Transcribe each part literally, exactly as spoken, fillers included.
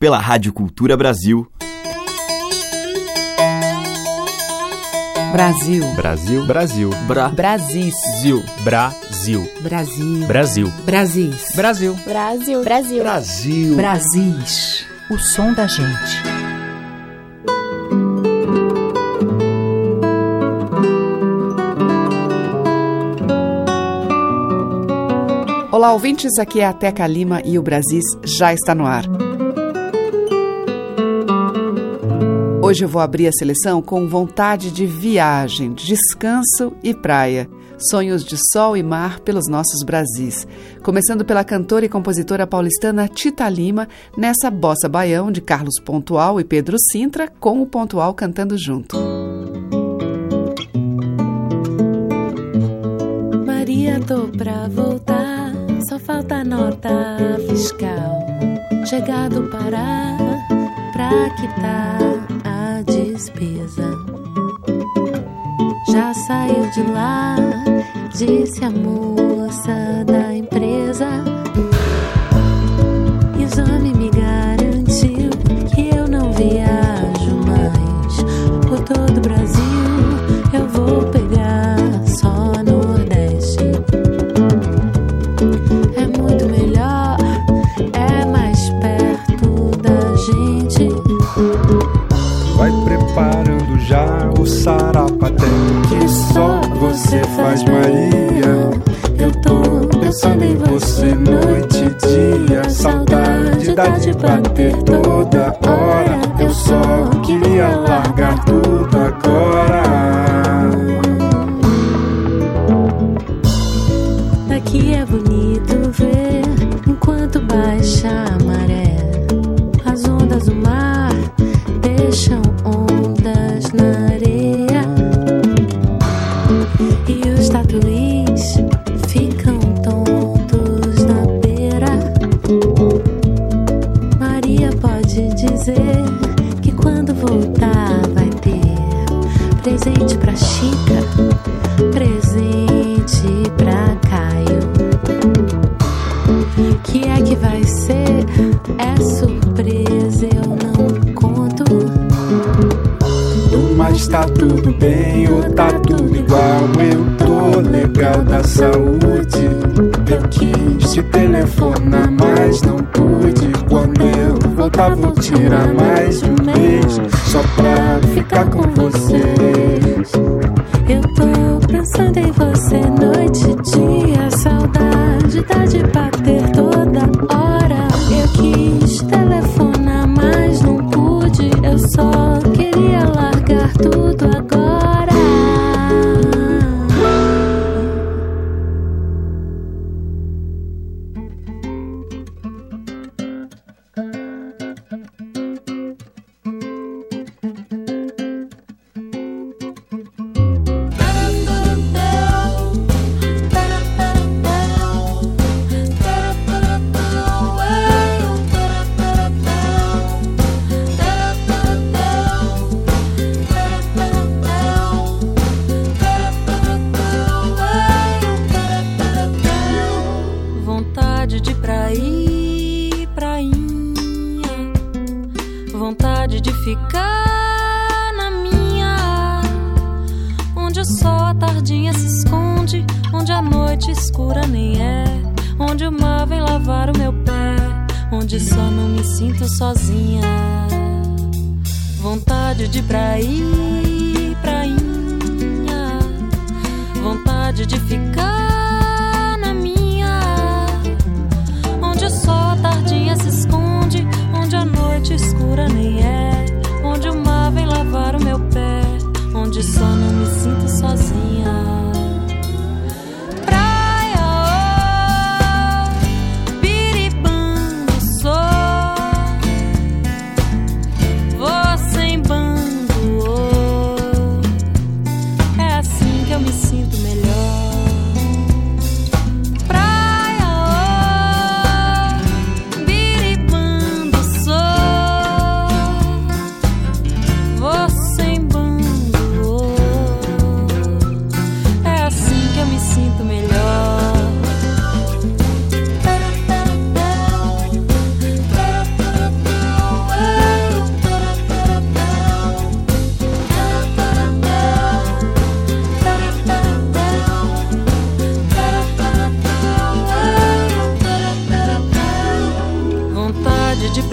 pela Rádio Cultura Brasil. Brasil. Brasil. Brasil. Bra. Brasil. Brasil. Brasil. Brasil. Brasil. Brasil. Brasil. Brasil. Brasil. Brasis. O som da gente. Olá, ouvintes, aqui é a Teca Lima e o Brasis já está no ar. Hoje eu vou abrir a seleção com vontade de viagem, descanso e praia. Sonhos de sol e mar pelos nossos Brasis. Começando pela cantora e compositora paulistana Tita Lima, nessa bossa baião de Carlos Pontual e Pedro Sintra, com o Pontual cantando junto. Maria, tô pra voltar, só falta nota fiscal. Chegar do Pará pra quitar a despesa. Já saiu de lá, disse a moça da empresa. E o exame me garantiu que eu não viajo mais por todo o Brasil. Eu vou pegar só Nordeste. É muito melhor, é mais perto da gente. Vai preparando já o sarapaté que só você faz, Maria. Eu tô pensando em você noite e dia. Saudade dá de bater toda hora. Eu só queria largar tudo agora. Daqui é bonito ver enquanto baixa a maré. As ondas do mar deixam ondas na areia. E os tatuís ficam tontos na beira. Maria pode dizer que quando voltar vai ter presente pra Chica, presente pra Caio. Que é que vai ser? É surpresa, eu não conto. Mas tá tudo bem ou tá tudo igual? Eu tô legal da saúde. Eu quis te telefonar, mas não pude. Quando eu voltar vou tirar mais um mês só pra ficar com vocês. Eu tô pensando em você noite e dia. Saudade dá de bater toda hora. Eu quis telefonar, mas não pude. Eu só queria largar tudo agora. Sozinha, vontade de pra ir, prainha, vontade de ficar na minha, onde o sol tardinha se esconde, onde a noite escura nem é, onde o mar vem lavar o meu pé, onde só não me sinto sozinha. Praia, oh, Biribando,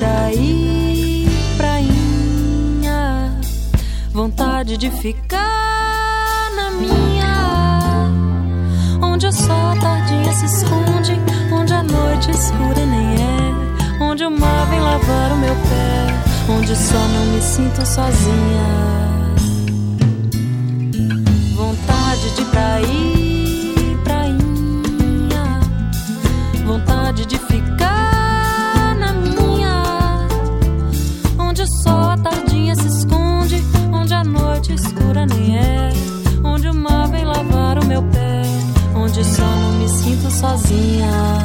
pra ir, prainha, vontade de ficar na minha, onde o sol tardinha se esconde, onde a noite escura nem é, onde o mar vem lavar o meu pé, onde só não me sinto sozinha. Vontade de pra ir, prainha, vontade de ficar na minha, onde o sol à tardinha se esconde, onde a noite escura nem é, onde o mar vem lavar o meu pé, onde só não me sinto sozinha.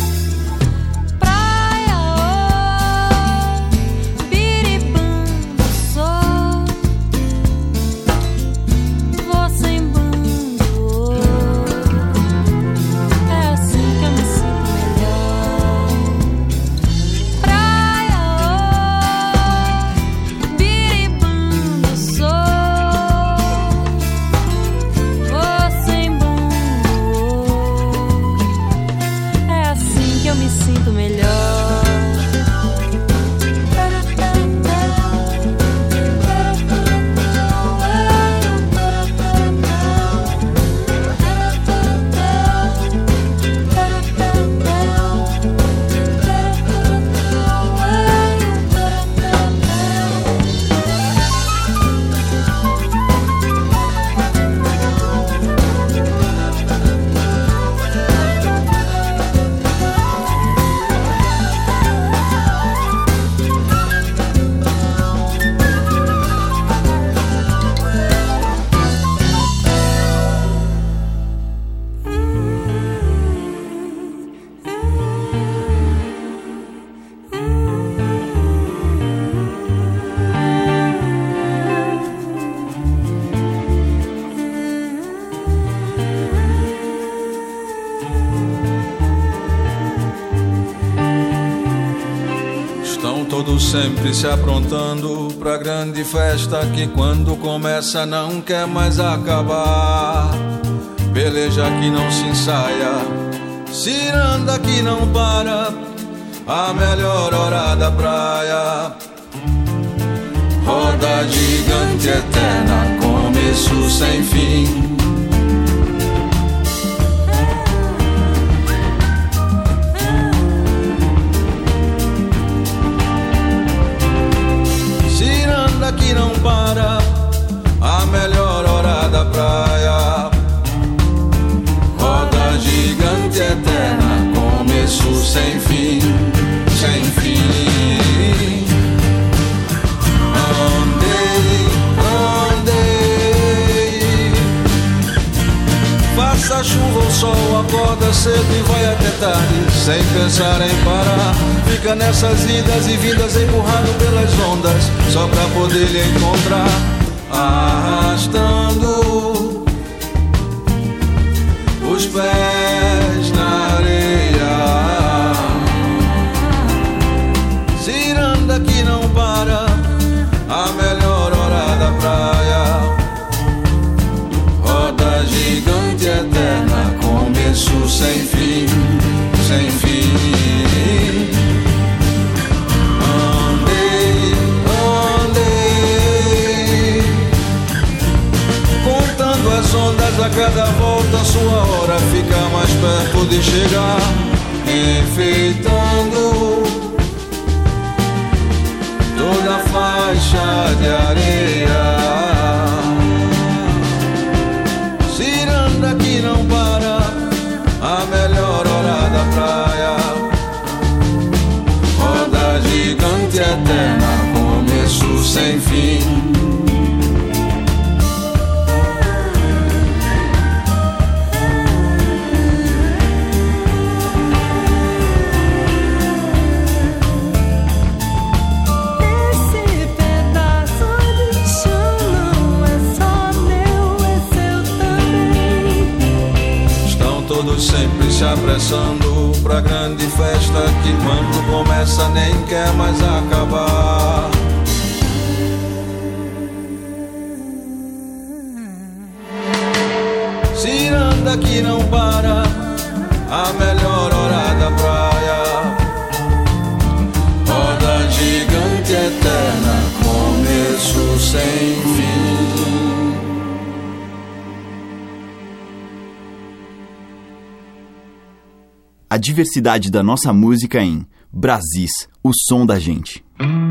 Sempre se aprontando pra grande festa que quando começa não quer mais acabar. Peleja que não se ensaia, ciranda que não para, a melhor hora da praia. Roda gigante eterna, começo sem fim. Que não para, a melhor hora da praia. Roda gigante eterna, começo sem fim, sem fim. Andei, andei, faça chuva ou sol, acorda cedo e vai até tarde, sem pensar em parar. Fica nessas idas e vindas empurrado pelas ondas, só pra poder lhe encontrar, arrastando os pés na areia. Ciranda que não para, a melhor hora da praia. Roda gigante eterna, começo sem fim, sem fim. As ondas a cada volta, sua hora fica mais perto de chegar, enfeitando toda a faixa de areia. Ciranda que não para, a melhor hora da praia. Roda gigante eterna, começo sem fim. Todos sempre se apressando pra grande festa que quando começa nem quer mais acabar. Ciranda que não para, a melhor hora da praia. Roda a diversidade da nossa música em Brasis, o som da gente.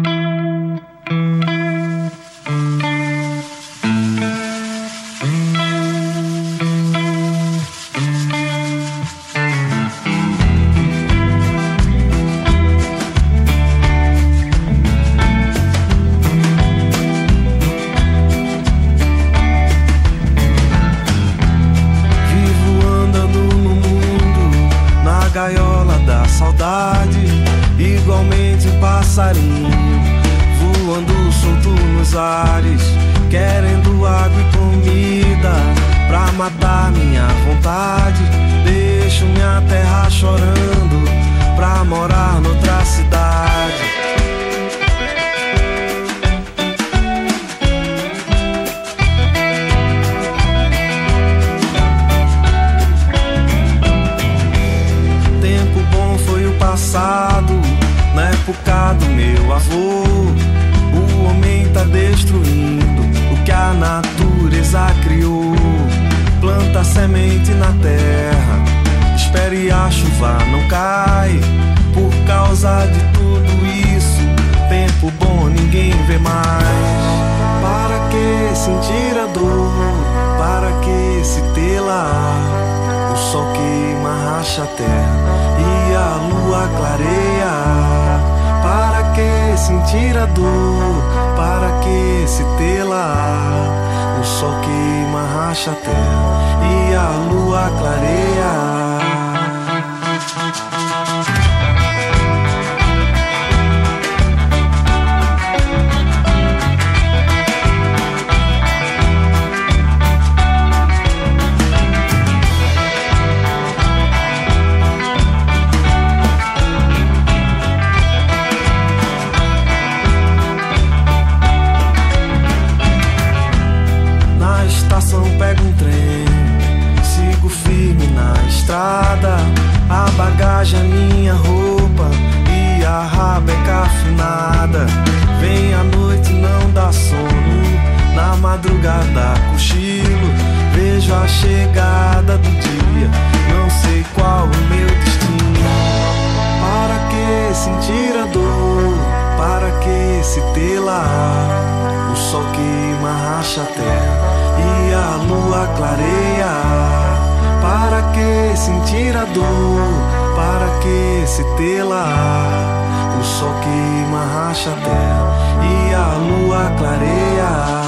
Igualmente um passarinho voando solto nos ares, querendo água e comida pra matar minha vontade. Deixo minha terra chorando pra morar noutra cidade. Tempo bom foi o passado, na época do meu avô. O homem tá destruindo o que a natureza criou. Planta semente na terra, espere a chuva não cai. Por causa de tudo isso, tempo bom ninguém vê mais. Para que sentir a dor? Para que se telar? O sol queima, racha a terra e a lua clareia. Para que sentir a dor? Para que se telar? O sol queima, racha a terra e a lua clareia. Pego um trem, sigo firme na estrada. A bagagem é minha roupa e a rabeca afinada. Vem a noite, não dá sono, na madrugada cochilo. Vejo a chegada do dia, não sei qual o meu destino. Para que sentir a dor? Para que se telar? O sol queima, racha a terra e a lua clareia. Para que sentir a dor? Para que se telar? O sol queima, racha a terra e a lua clareia.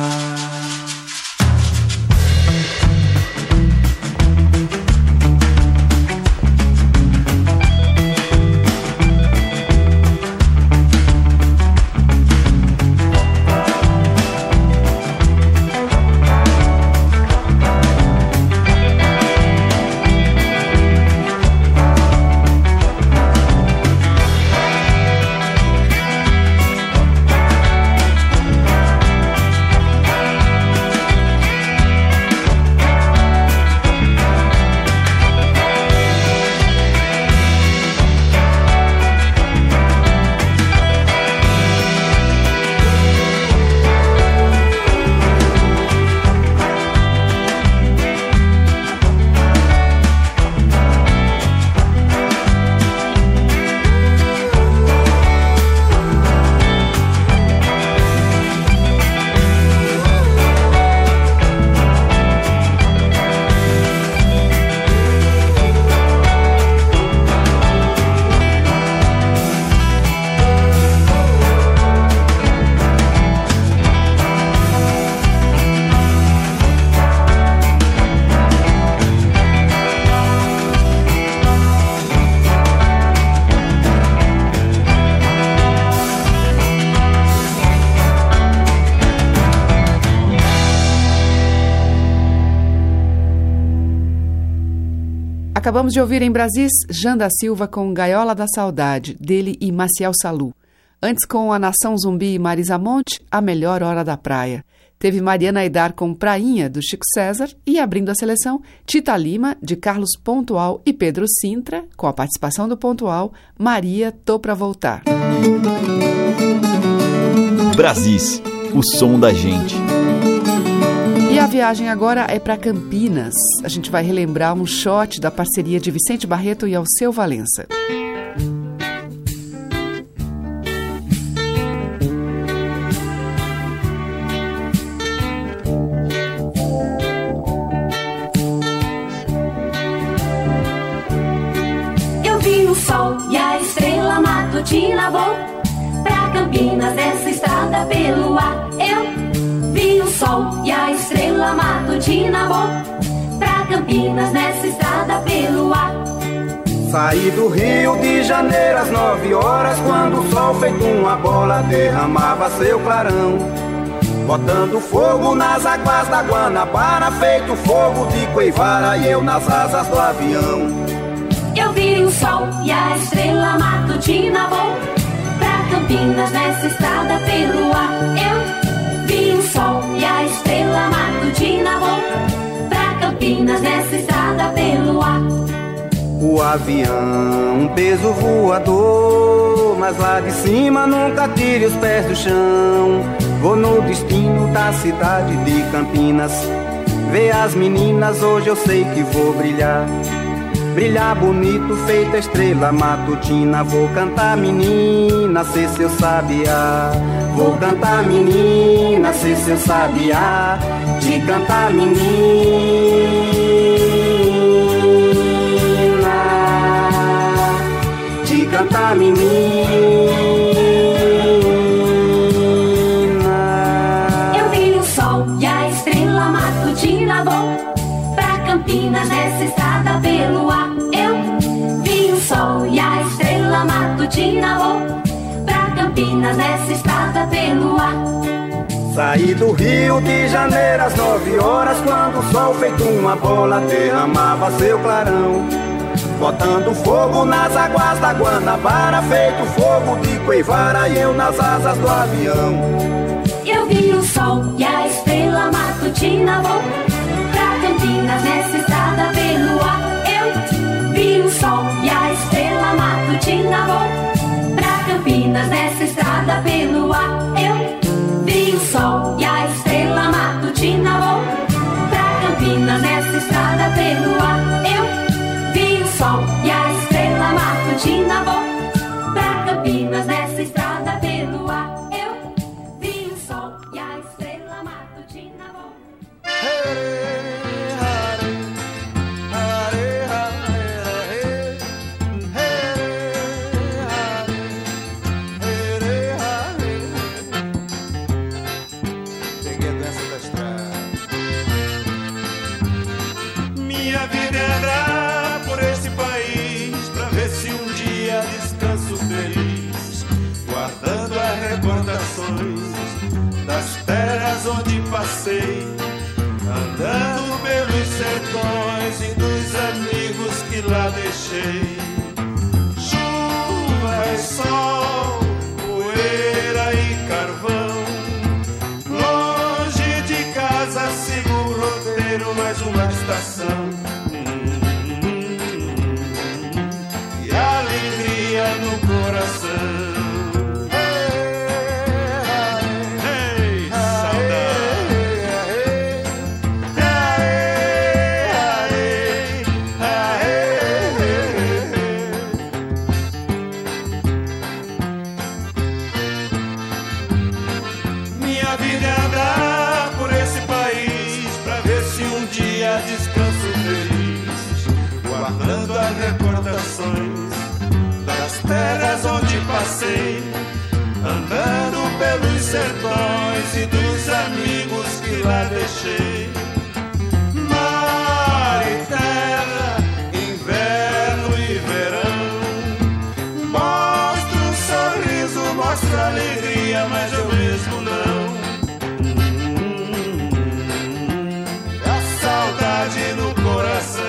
Acabamos de ouvir em Brasis, Jean da Silva com Gaiola da Saudade, dele e Maciel Salu. Antes, com a Nação Zumbi e Marisa Monte, A Melhor Hora da Praia. Teve Mariana Aidar com Prainha, do Chico César, e abrindo a seleção, Tita Lima, de Carlos Pontual e Pedro Sintra, com a participação do Pontual, Maria, Tô Pra Voltar. Brasis, o som da gente. E a viagem agora é para Campinas. A gente vai relembrar um shot da parceria de Vicente Barreto e Alceu Valença. Eu vi o sol e a estrela matutina, vou pra Campinas nessa estrada pelo ar. Eu vi o sol e a estrela matutina, vou pra Campinas nessa estrada pelo ar. Saí do Rio de Janeiro às nove horas, quando o sol feito uma bola derramava seu clarão, botando fogo nas águas da Guanabara, feito fogo de Coivara, e eu nas asas do avião. Eu vi o sol e a estrela matutina, vou pra Campinas nessa estrada pelo ar. Eu vi o sol e a estrela matutina, vou pra Campinas nessa estrada pelo ar. O avião, um peso voador, mas lá de cima nunca tire os pés do chão. Vou no destino da cidade de Campinas, ver as meninas, hoje eu sei que vou brilhar. Brilhar bonito, feita estrela matutina. Vou cantar menina, ser seu sabiá. Vou cantar menina, ser seu sabiá. De cantar menina, de cantar menina. Eu vi o sol e a estrela matutina, vou pra Campinas nessa estrada pelo ar. Eu vi o sol e a estrela matutina, vou pra Campinas nessa estrada pelo ar. Saí do Rio de Janeiro às nove horas, quando o sol feito uma bola derramava seu clarão, botando fogo nas águas da Guanabara, feito fogo de Coivara, e eu nas asas do avião. Eu vi o sol e a estrela matutina, vou pra Campinas nessa estrada pelo ar. Eu vi o sol e a estrela matutina, vou pra Campinas nessa estrada pelo ar. Eu vi o sol e a estrela matutina, vou pra Campinas nessa estrada pelo ar. Eu vi o sol e a estrela matutina, vou pra Campinas nessa estrada pelo ar. Eu vi o sol e a estrela matutina, vou. Minha vida é andar por esse país pra ver se um dia descanso feliz, guardando as recordações das terras onde passei, andando pelos sertões e dos amigos que lá deixei. Chuva e sol, poeira e carvão, longe de casa sigo o roteiro, mais uma estação. E alegria no coração. Ei, saudade. Minha vida é andar por esse país pra ver se um dia descanso feliz, guardando as recordações das terras onde passei, andando pelos sertões e dos amigos que lá deixei. Mar e terra, inverno e verão, mostra um sorriso, mostra alegria, mas eu mesmo não. A saudade no coração.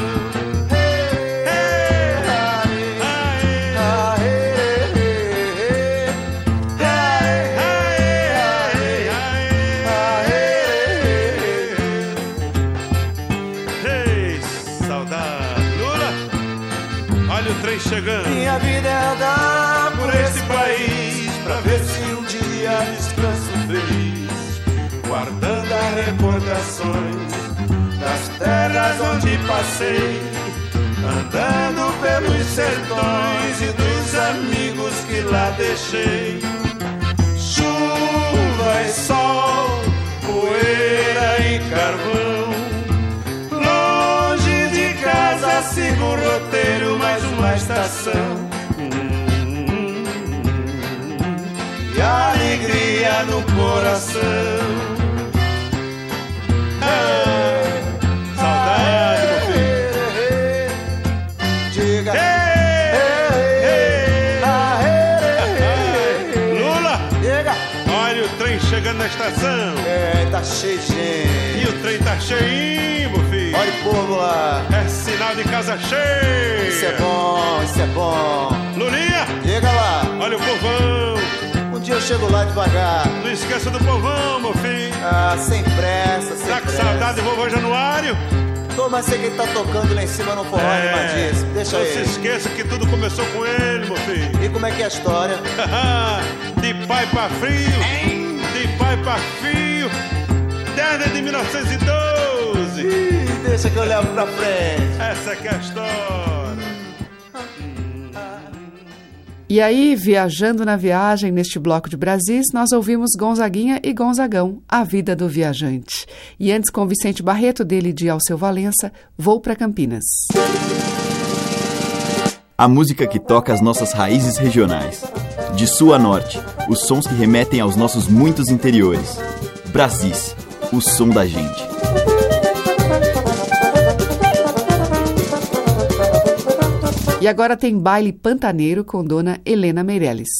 Chegando. Minha vida é andar por esse país pra ver se um dia descanso feliz, guardando as recordações das terras onde passei, andando pelos sertões e dos amigos que lá deixei. Chuva e sol, poeira e carvão, longe de casa sigo o roteiro, mais uma estação. E alegria no coração. Ah, saudade, meu filho. Diga. Lula, diga. Olha o trem chegando na estação. É, tá cheio de gente. E o trem tá cheinho, meu filho. Olha o povo lá. É sinal de casa cheia. Isso é bom, isso é bom. Lulinha, diga lá. Olha o povão. Um dia eu chego lá devagar. Não esqueça do povão, meu filho. Ah, sem pressa, sem tá pressa. Tá com saudade do vovô Januário? Tô, mas sei que ele tá tocando lá em cima no forró, é, animadíssimo. Deixa não ele. Não se esqueça que tudo começou com ele, meu filho. E como é que é a história? De pai pra frio, hein? De pai pra fio, desde mil novecentos e doze. Ih, deixa que eu levo pra frente. Essa que é a história. E aí, viajando na viagem, neste bloco de Brasis, nós ouvimos Gonzaguinha e Gonzagão, A Vida do Viajante. E antes, com Vicente Barreto, dele de Alceu Valença, Vou pra Campinas. A música que toca as nossas raízes regionais. De sul a norte, os sons que remetem aos nossos muitos interiores. Brasis, o som da gente. E agora tem Baile Pantaneiro com Dona Helena Meirelles.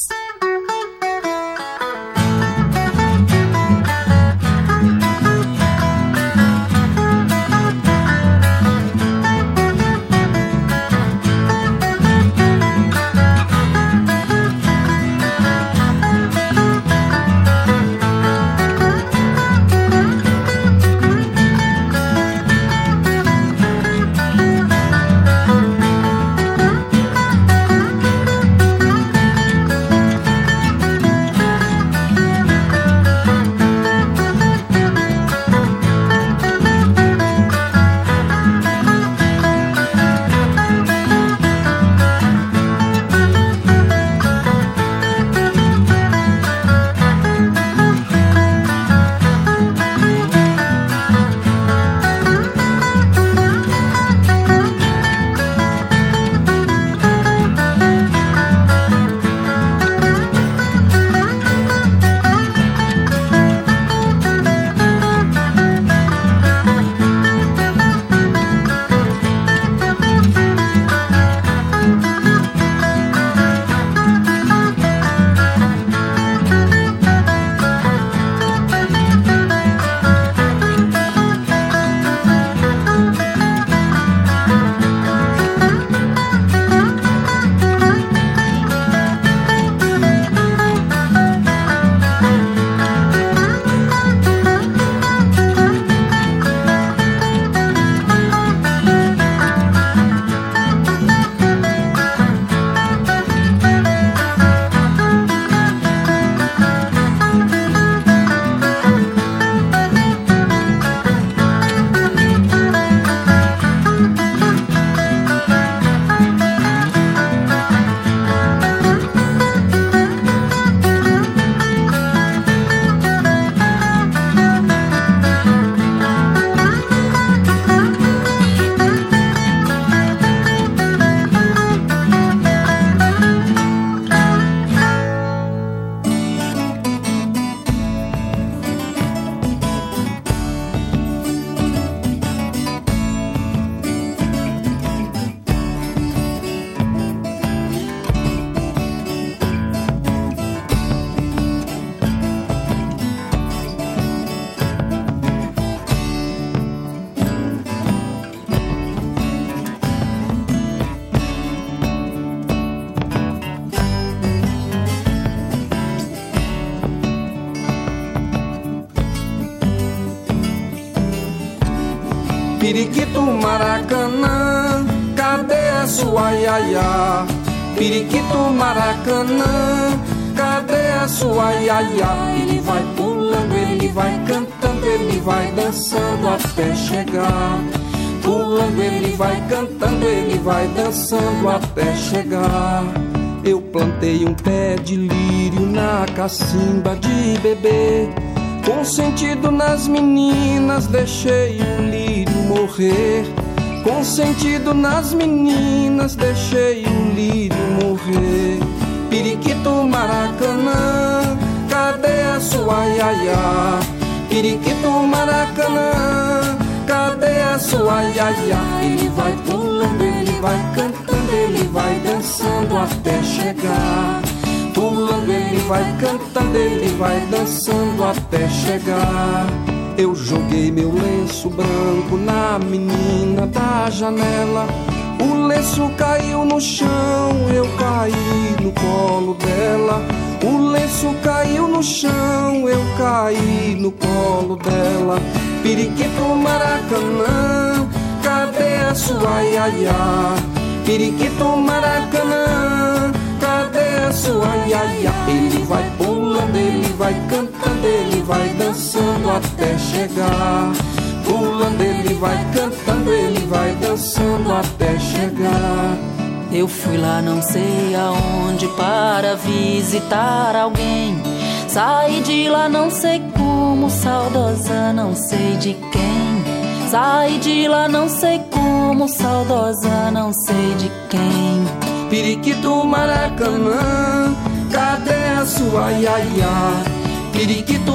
Periquito Maracanã, cadê a sua iaiá? Periquito Maracanã, cadê a sua iaiá? Ele vai pulando, ele vai cantando, ele ele vai dançando até chegar. Pulando ele vai cantando, ele vai dançando até chegar. Eu plantei um pé de lírio na cacimba de bebê. Consentido nas meninas, deixei o lírio morrer. Consentido nas meninas, deixei o lírio morrer. Periquito Maracanã, cadê a sua iaiá? Periquito Maracanã, cadê a sua iaiá? Ele vai pulando, ele vai cantando, ele vai dançando até chegar. Pulando ele vai cantando, ele vai dançando até chegar. Eu joguei meu lenço branco na menina da janela. O lenço caiu no chão, eu caí no colo dela. O lenço caiu no chão, eu caí no colo dela. Periquito Maracanã, cadê a sua iaiá? Periquito Maracanã, cadê a sua iaiá? Ele vai pulando, ele vai cantando, ele vai dançando até chegar. Pulando ele vai cantando, ele vai dançando até chegar. Eu fui lá não sei aonde para visitar alguém. Saí de lá não sei como, saudosa não sei de quem. Saí de lá não sei como, saudosa não sei de quem. Periquito Maracanã, cadê a sua iaiá? Periquito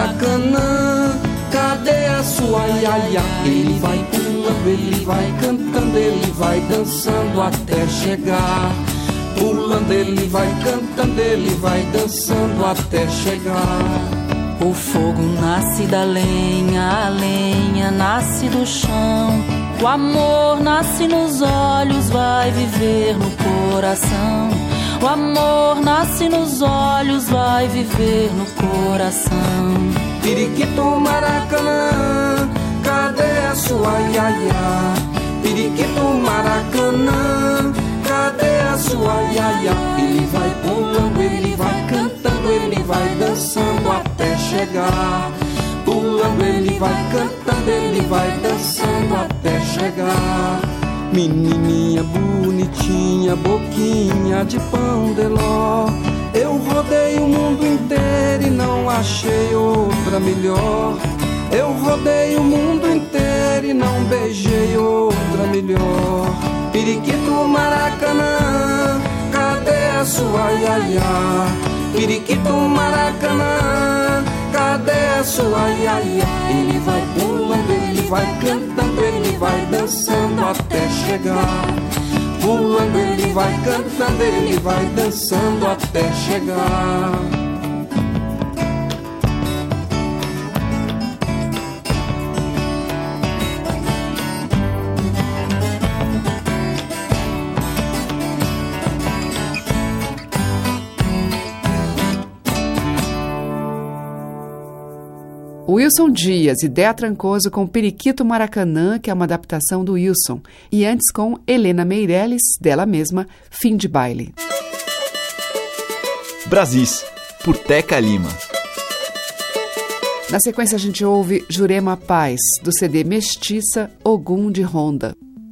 Maracanã, cadê a sua iaiá? Ele vai pulando, ele vai cantando, ele vai dançando até chegar. Pulando ele vai cantando, ele vai dançando até chegar. O fogo nasce da lenha, a lenha nasce do chão. O amor nasce nos olhos, vai viver no coração. O amor nasce nos olhos, vai viver no coração. Periquito Maracanã, cadê a sua iaiá? Periquito Maracanã, cadê a sua iaiá? Ele vai pulando, ele vai cantando, ele vai dançando até chegar. Pulando ele vai cantando, ele vai dançando até chegar. Menininha bonitinha, boquinha de pão de ló. Eu rodei o mundo inteiro e não achei outra melhor. Eu rodei o mundo inteiro e não beijei outra melhor. Periquito Maracanã, cadê a sua iaiá? Periquito Maracanã, cadê a sua iaiá? Ele vai pulando, ele vai cantando, ele vai dançando até chegar. Pulando ele vai cantando, ele vai dançando até chegar. Wilson Dias e Déa Trancoso com Periquito Maracanã, que é uma adaptação do Wilson. E antes com Helena Meirelles, dela mesma, Fim de Baile. Brasis, por Teca Lima. Na sequência a gente ouve Jurema Paz, do C D Mestiça, Ogum de Ronda.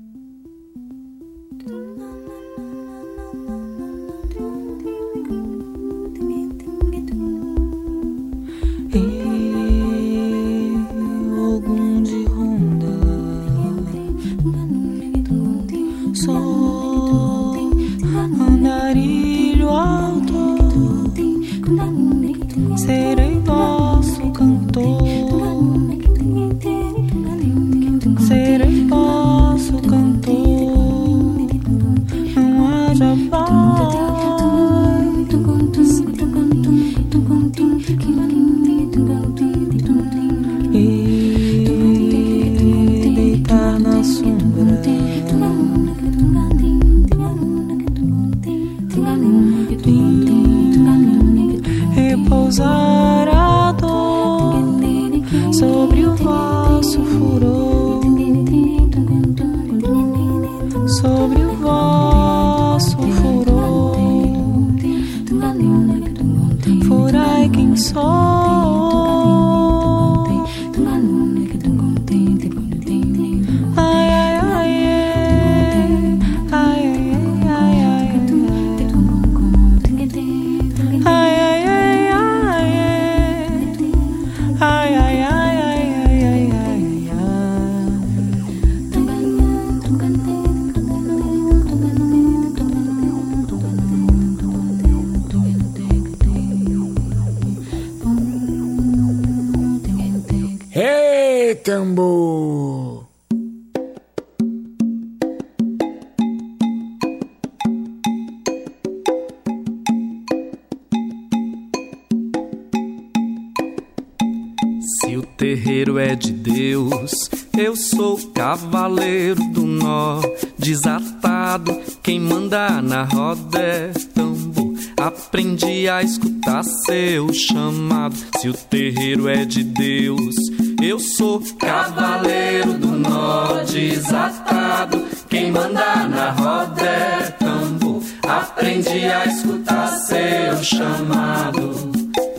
Serei vosso cantor, serei vosso cantor, não haja voz. E deitar na sombra, repousar a dor sobre o vosso furor, sobre o vosso furor. Furai quem sou, tambor. Se o terreiro é de Deus, eu sou cavaleiro do nó, desatado, quem manda na roda é tambor. Aprendi a escutar seu chamado. Se o terreiro é de Deus, eu sou cavaleiro do nó, desatado, quem manda na roda é tambor. Aprendi a escutar seu chamado.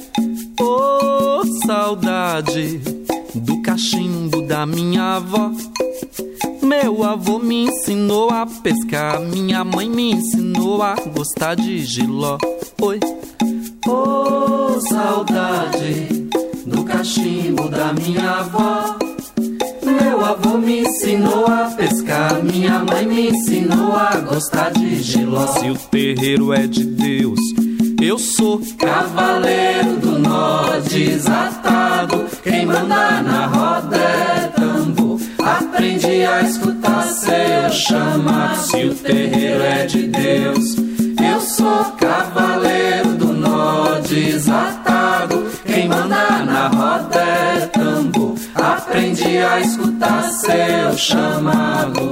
Oh, saudade do cachimbo da minha avó. Meu avô me ensinou a pescar, minha mãe me ensinou a gostar de giló. Oi. Oh, saudade do cachimbo da minha avó. Meu avô me ensinou a pescar, minha mãe me ensinou a gostar de giló. Se o terreiro é de Deus, eu sou cavaleiro do nó, desatado, quem manda na roda é tambor. Aprendi a escutar seu chamado. Se o terreiro é de Deus, eu sou cavaleiro do nó, desatado, quem manda na roda é tambor. Aprendi a escutar seu chamado.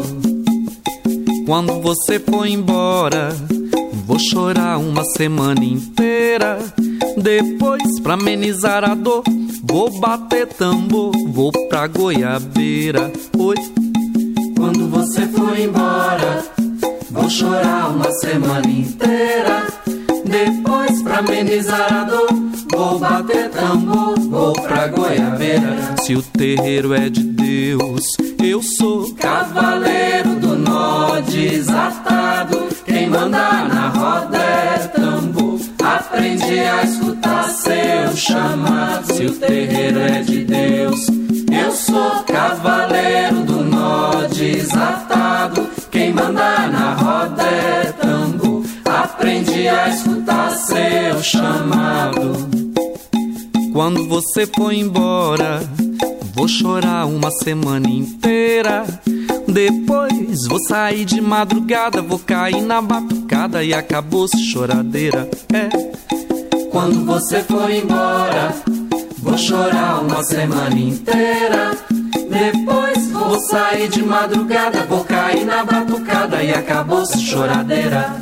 Quando você for embora, vou chorar uma semana inteira. Depois, pra amenizar a dor, vou bater tambor, vou pra goiabeira. Oi. Quando você for embora, vou chorar uma semana inteira. Depois, pra amenizar a dor, vou bater tambor, vou pra goiabeira. Se o terreiro é de Deus, eu sou cavaleiro do nó, desatado, quem manda na roda é tambor. Aprendi a escutar seu chamado. Se o terreiro é de Deus, eu sou cavaleiro do nó, desatado, quem manda na roda é tambor. Aprendi a escutar seu chamado. Quando você for embora, vou chorar uma semana inteira. Depois vou sair de madrugada, vou cair na batucada e acabou-se choradeira. É. Quando você for embora, vou chorar uma semana inteira. Depois vou sair de madrugada, vou cair na batucada e acabou-se choradeira.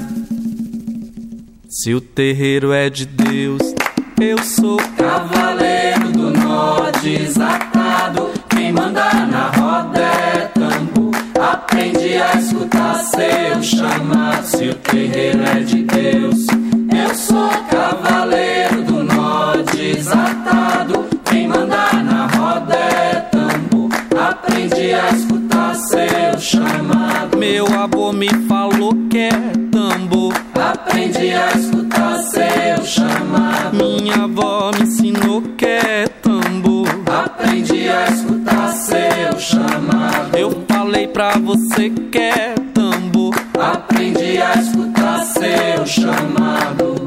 Se o terreiro é de Deus, eu sou cavaleiro do nó, desatado, quem manda na roda é tambor. Aprendi a escutar seu chamado. Se o terreiro é de Deus, eu sou cavaleiro do nó, desatado, quem manda na roda é tambor. Aprendi a escutar seu chamado. Meu avô me falou que é tambor. Aprendi a escutar seu chamado. Minha avó me ensinou que é tambor. Aprendi a escutar seu chamado. Eu falei pra você que é tambor. Aprendi a escutar seu chamado.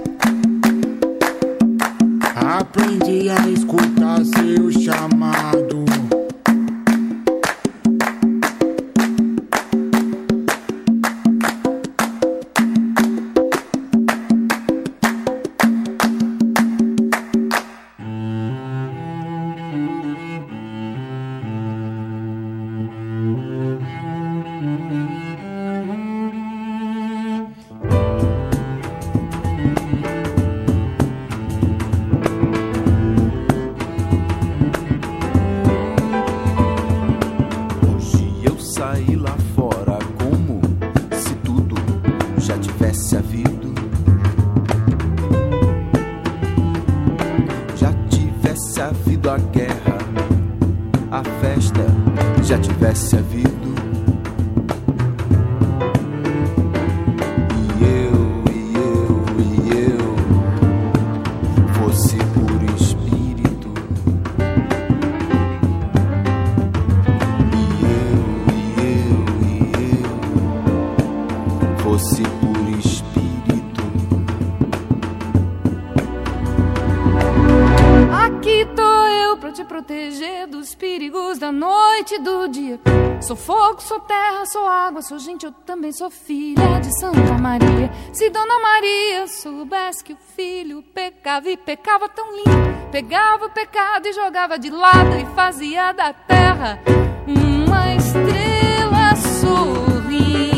Aprendi a escutar seu chamado. Aqui tô eu pra te proteger dos perigos da noite e do dia. Sou fogo, sou terra, sou água, sou gente, eu também sou filha de Santa Maria. Se Dona Maria soubesse que o filho pecava e pecava tão lindo, pegava o pecado e jogava de lado e fazia da terra uma estrela sorrindo.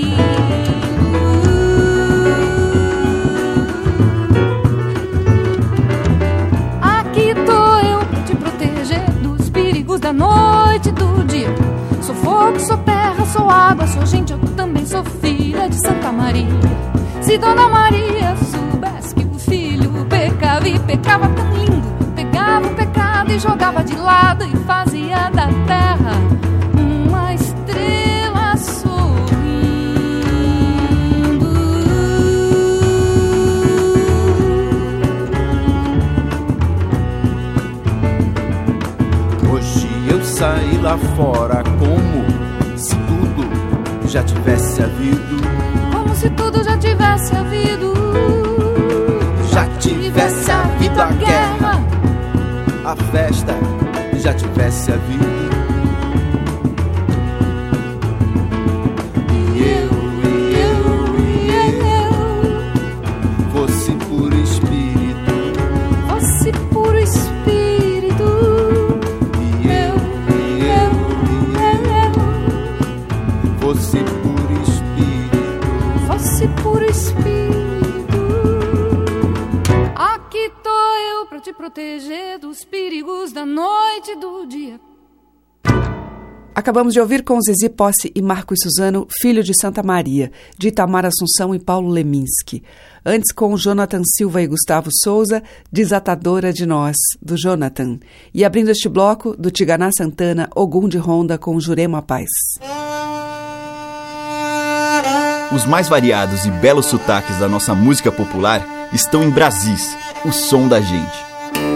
Aqui tô eu pra te proteger dos perigos da noite e do dia. Sou fogo, sou terra, sou água, sou gente, eu também sou filha de Santa Maria. Se Dona Maria soubesse que o filho pecava e pecava tão lindo, pegava o pecado e jogava de lado e fazia da terra uma estrela sorrindo. Hoje eu saí lá fora como se tudo já tivesse havido. Como se tudo já tivesse havido. Já tivesse havido a guerra, a festa já tivesse havido. E eu, e eu, e eu, fosse puro espírito, fosse puro espírito. E eu, e eu, e eu, fosse puro espírito, fosse puro espírito. Aqui tô eu pra te proteger dos perigos da noite e do dia. Acabamos de ouvir com Zizi Posse e Marcos Suzano, Filho de Santa Maria, de Itamar Assunção e Paulo Leminski. Antes com Jonathan Silva e Gustavo Souza, Desatadora de Nós, do Jonathan. E abrindo este bloco, do Tiganá Santana, Ogum de Ronda com Jurema Paz. Os mais variados e belos sotaques da nossa música popular estão em Brasis, o som da gente.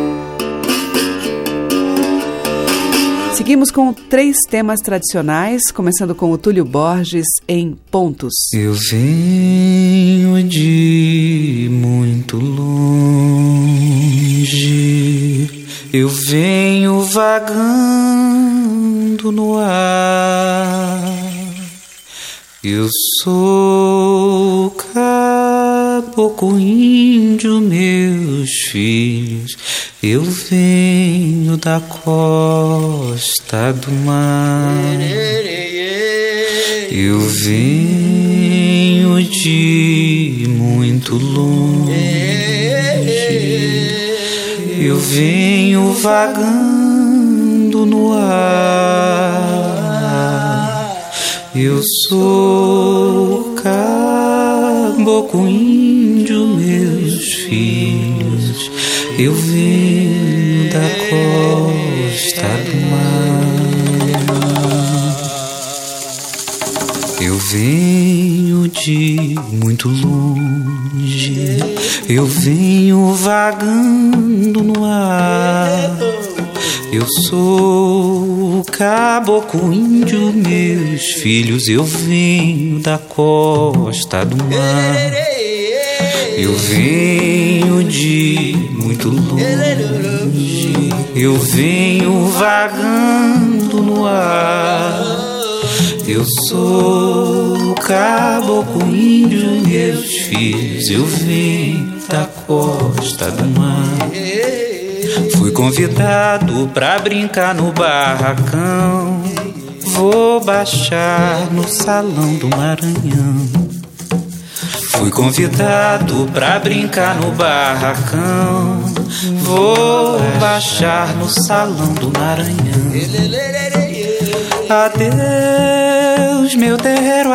Seguimos com três temas tradicionais, começando com o Túlio Borges em Pontos. Eu venho de muito longe, eu venho vagando no ar, eu sou caboclo índio, meus filhos, eu venho da costa do mar, eu venho de muito longe, eu venho vagando no ar, eu sou caboclo índio, meus filhos, eu venho da costa do mar, eu venho de muito longe, eu venho vagando no ar, eu sou caboclo índio, meus filhos, eu venho da costa do mar, eu venho de muito longe, eu venho vagando no ar, eu sou caboclo índio, meus filhos, eu venho da costa do mar. Fui convidado pra brincar no barracão, vou baixar no salão do Maranhão. Fui convidado pra brincar no barracão, vou baixar no salão do Maranhão. Adeus, meu terreiro,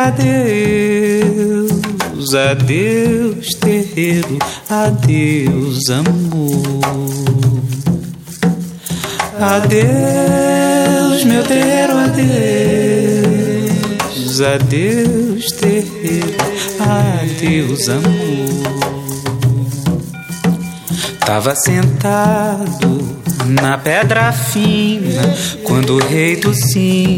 adeus, adeus, terreiro, adeus, amor. Adeus, meu terreiro, adeus, adeus, terreiro, adeus, amor. Tava sentado na pedra fina quando o rei dos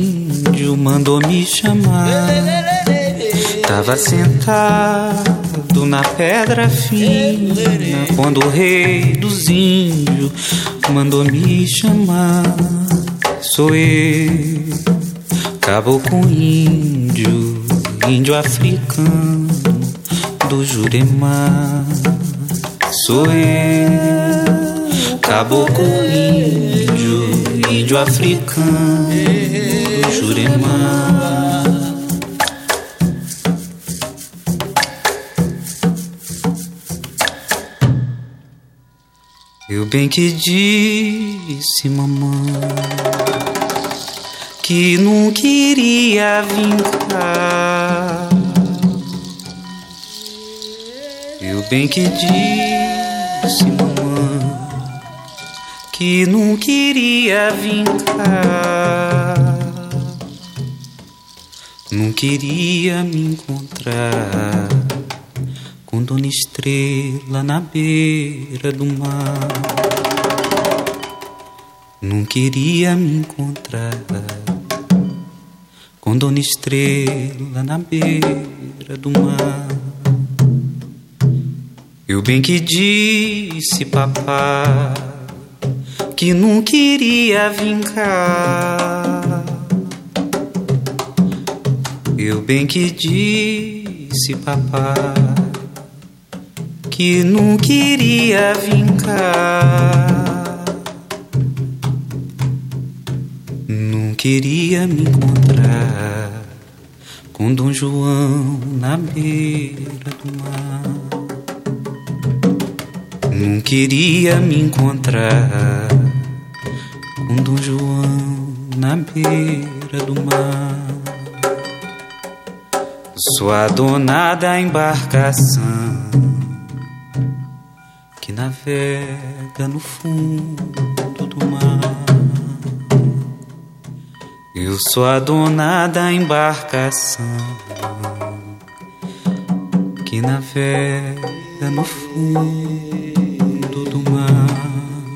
índios mandou me chamar. Tava sentado na pedra fina, quando o rei dos índios mandou me chamar. Sou eu, caboclo índio, índio africano do Jurema. Sou eu, caboclo índio, índio africano do Jurema. Eu bem que disse, mamãe, que não queria vir cá. Eu bem que disse, mamãe, que não queria vir cá. Não queria me encontrar com Dona Estrela na beira do mar. Não queria me encontrar com Dona Estrela na beira do mar. Eu bem que disse, papá, que não queria vir cá. Eu bem que disse, papá, que não queria vir cá. Não queria me encontrar com Dom João na beira do mar. Não queria me encontrar com Dom João na beira do mar. Sou a dona da embarcação que navega no fundo do mar. Eu sou a dona da embarcação que navega no fundo do mar.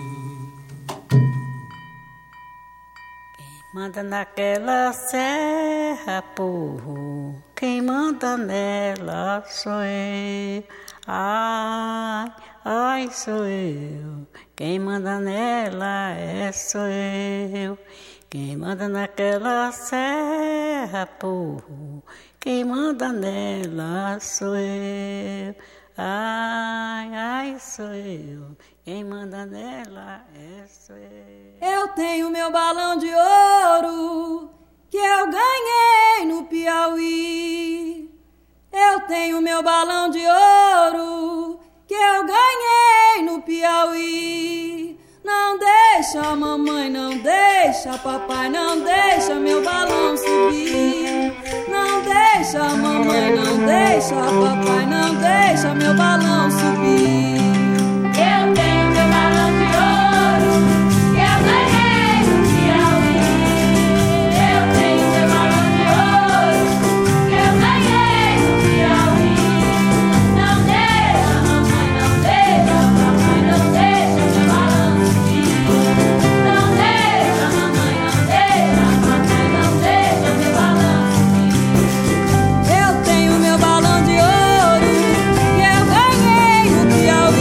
Quem manda naquela serra, porro, quem manda nela sou eu. Ai, ai, sou eu. Quem manda nela é sou eu. Quem manda naquela serra, porro, quem manda nela sou eu. Ai, ai, sou eu. Quem manda nela é sou eu. Eu tenho meu balão de ouro que eu ganhei no Piauí. Eu tenho meu balão de ouro que eu ganhei no Piauí. Não deixa, mamãe, não deixa, papai, não deixa meu balão subir. Não deixa, mamãe, não deixa, papai, não deixa meu balão subir. Eu tenho meu balão de ouro que eu ganhei no Piauí. Eu tenho meu balão de ouro que eu ganhei no Piauí. Não deixa, mamãe, não deixa, papai, não deixa meu balão subir. Não deixa, mamãe, não deixa, papai, não deixa meu balão subir. Eu tenho meu balão de ouro que eu ganhei no Piauí.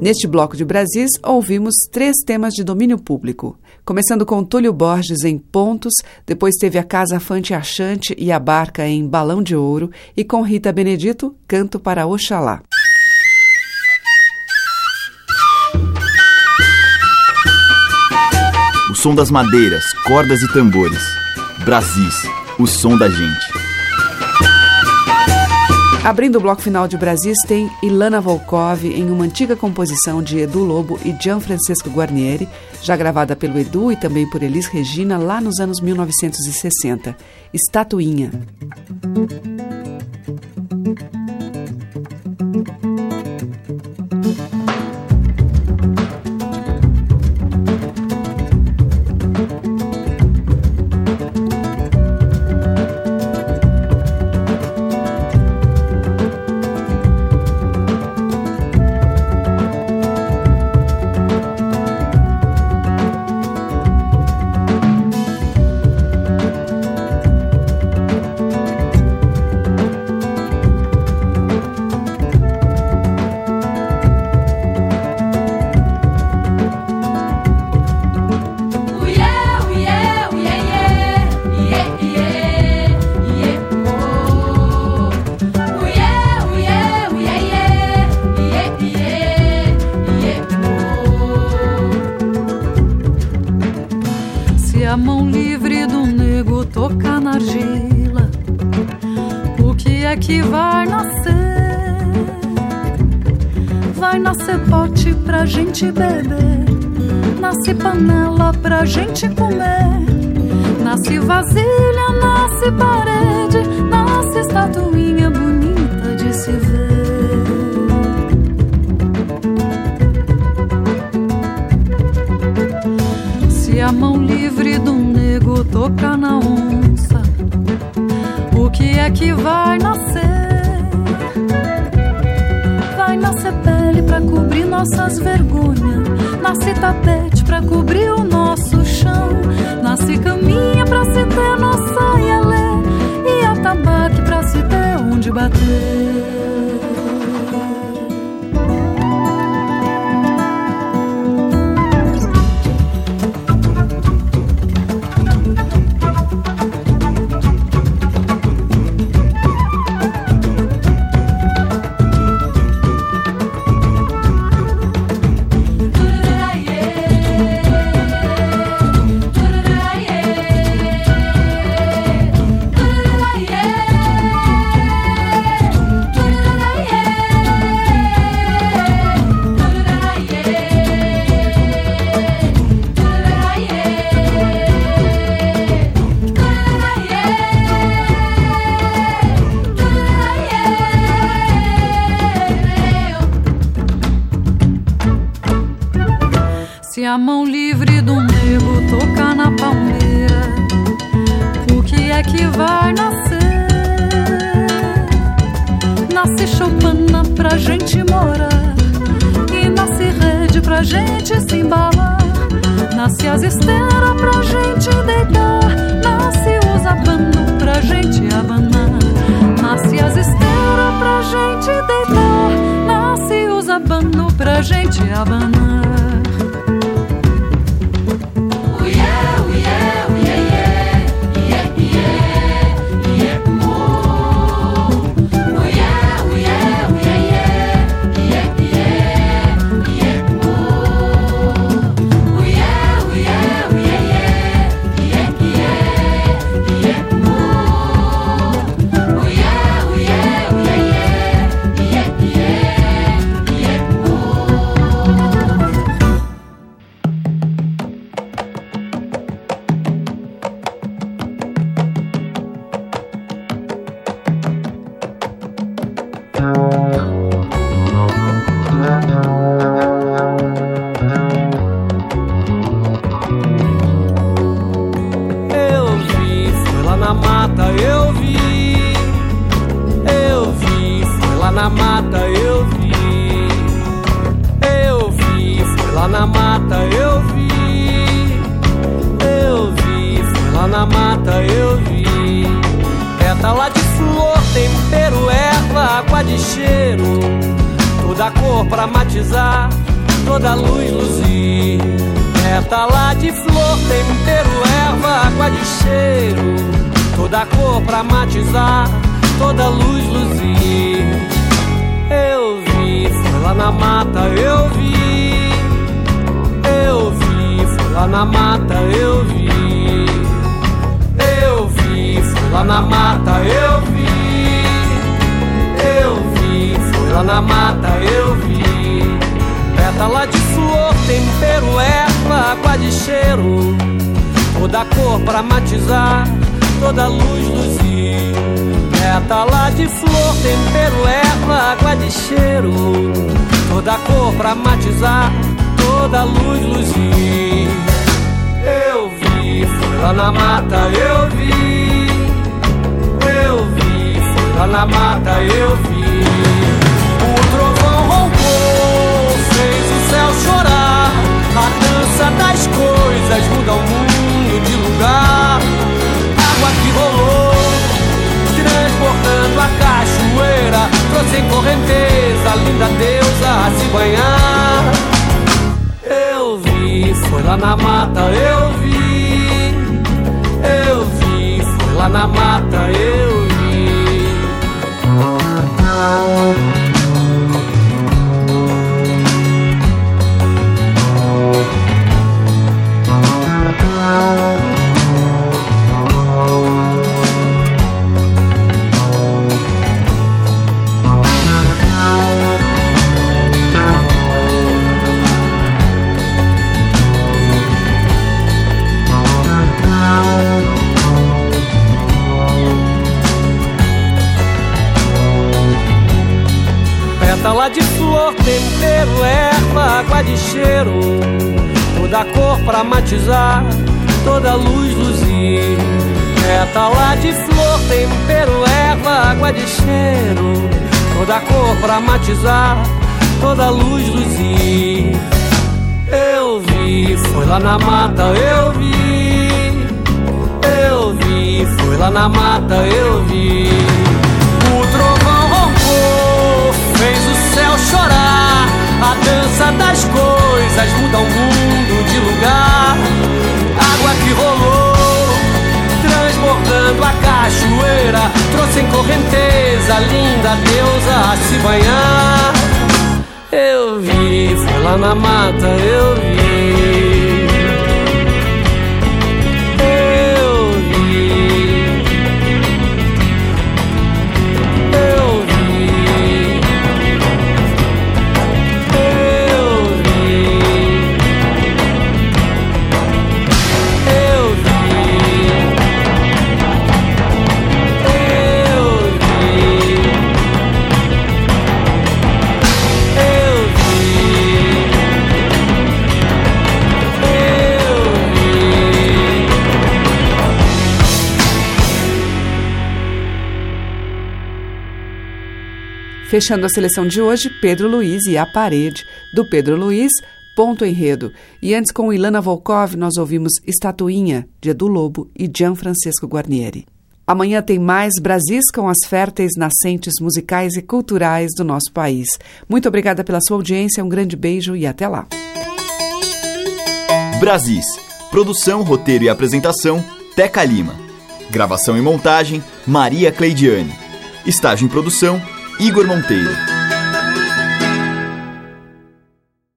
Neste bloco de Brasis, ouvimos três temas de domínio público. Começando com Túlio Borges em Pontos, depois teve a Casa Fante Achante e a Barca em Balão de Ouro, e com Rita Benedito, Canto para Oxalá. O som das madeiras, cordas e tambores. Brasis, o som da gente. Abrindo o bloco final de Brasis tem Ilana Volkov em uma antiga composição de Edu Lobo e Gianfrancesco Guarnieri, já gravada pelo Edu e também por Elis Regina lá nos anos mil novecentos e sessenta. Estatuinha. Que vai nascer, vai nascer pote pra gente beber, nasce panela pra gente comer, nasce vasilha, nasce parede, nasce estatuinha bonita de se ver. Se a mão livre do nego tocar na onça, o que é que vai nascer? Vai nascer pele pra cobrir nossas vergonhas, nasce tapete pra cobrir o nosso chão, nasce caminha pra se ter nossa ielê e atabaque pra se ter onde bater. Se a mão livre do nego tocar na palmeira, o que é que vai nascer? Nasce choupana pra gente morar, e nasce rede pra gente se embalar, nasce as esteiras pra gente deitar, nasce os abanos pra gente abanar, nasce as esteiras pra gente deitar, nasce os abanos pra gente abanar. Toda cor pra matizar toda luz luzir. Pétala de flor, tempero, erva, água de cheiro, toda cor pra matizar, toda luz luzir. Eu vi, foi lá na mata, eu vi. Eu vi, foi lá na mata, eu vi. Eu vi, foi lá na mata, eu vi. Eu vi, foi lá na mata, eu vi. Pétala de flor, tempero, erva, água de cheiro, toda cor pra matizar, toda luz luzir. Pétala de flor, tempero, erva, água de cheiro, toda cor pra matizar, toda luz luzir. Eu vi, foi lá na mata, eu vi. Eu vi, foi lá na mata, eu vi. O trovão roncou, fez o céu chorar. A dança das coisas muda o mundo de lugar. Água que rolou, transportando a cachoeira, trouxe em correnteza a linda deusa a se banhar. Eu vi, foi lá na mata, eu vi. Eu vi, foi lá na mata, eu vi. Pétala de flor, tempero, erva, água de cheiro, toda cor pra matizar, toda luz luzir. Pétala de flor, tempero, erva, água de cheiro, toda cor pra matizar, toda luz luzir. Eu vi, foi lá na mata, eu vi. Eu vi, foi lá na mata, eu vi. O trovão roncou, fez o céu chorar. A dança das coisas muda o mundo de lugar. Água que rolou, transbordando a cachoeira, trouxe em correnteza a linda deusa a se banhar. Eu vi, foi lá na mata, eu vi. Fechando a seleção de hoje, Pedro Luiz e A Parede, do Pedro Luiz, Ponto Enredo. E antes, com Ilana Volkov, nós ouvimos Estatuinha, de Edu Lobo e Gianfrancesco Guarnieri. Amanhã tem mais Brasis com as férteis nascentes musicais e culturais do nosso país. Muito obrigada pela sua audiência, um grande beijo e até lá. Brasis. Produção, roteiro e apresentação, Teca Lima. Gravação e montagem, Maria Cleidiane. Estágio em produção, Igor Monteiro.